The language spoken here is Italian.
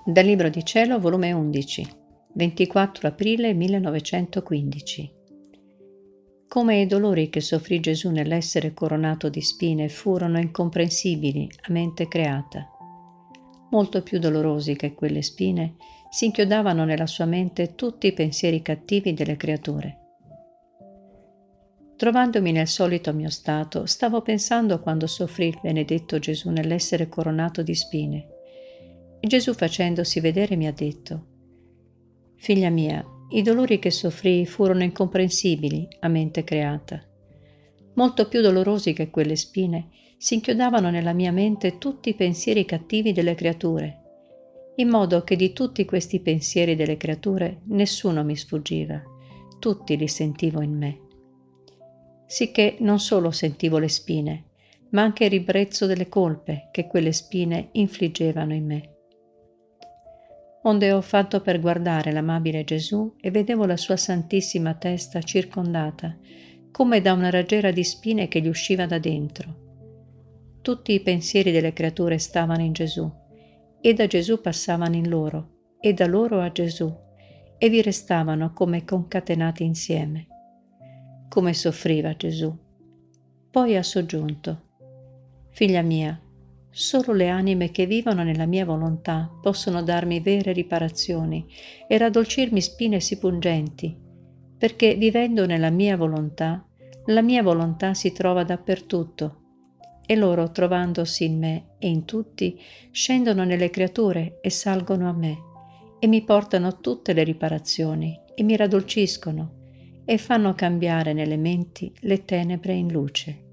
Dal Libro di Cielo, volume 11, 24 aprile 1915. Come i dolori che soffrì Gesù nell'essere coronato di spine furono incomprensibili a mente creata. Molto più dolorosi che quelle spine, si inchiodavano nella sua mente tutti i pensieri cattivi delle creature. Trovandomi nel solito mio stato, stavo pensando quando soffrì il benedetto Gesù nell'essere coronato di spine. E Gesù, facendosi vedere, mi ha detto: «Figlia mia, i dolori che soffrii furono incomprensibili a mente creata. Molto più dolorosi che quelle spine, si inchiodavano nella mia mente tutti i pensieri cattivi delle creature, in modo che di tutti questi pensieri delle creature nessuno mi sfuggiva, tutti li sentivo in me. Sicché non solo sentivo le spine, ma anche il ribrezzo delle colpe che quelle spine infliggevano in me. Onde ho fatto per guardare l'amabile Gesù e vedevo la sua santissima testa circondata, come da una raggiera di spine che gli usciva da dentro. Tutti i pensieri delle creature stavano in Gesù, e da Gesù passavano in loro, e da loro a Gesù, e vi restavano come concatenati insieme. Come soffriva Gesù. Poi ha soggiunto: «Figlia mia, solo le anime che vivono nella mia volontà possono darmi vere riparazioni e raddolcirmi spine sì pungenti, perché vivendo nella mia volontà, la mia volontà si trova dappertutto, e loro, trovandosi in me e in tutti, scendono nelle creature e salgono a me, e mi portano tutte le riparazioni, e mi raddolciscono, e fanno cambiare nelle menti le tenebre in luce».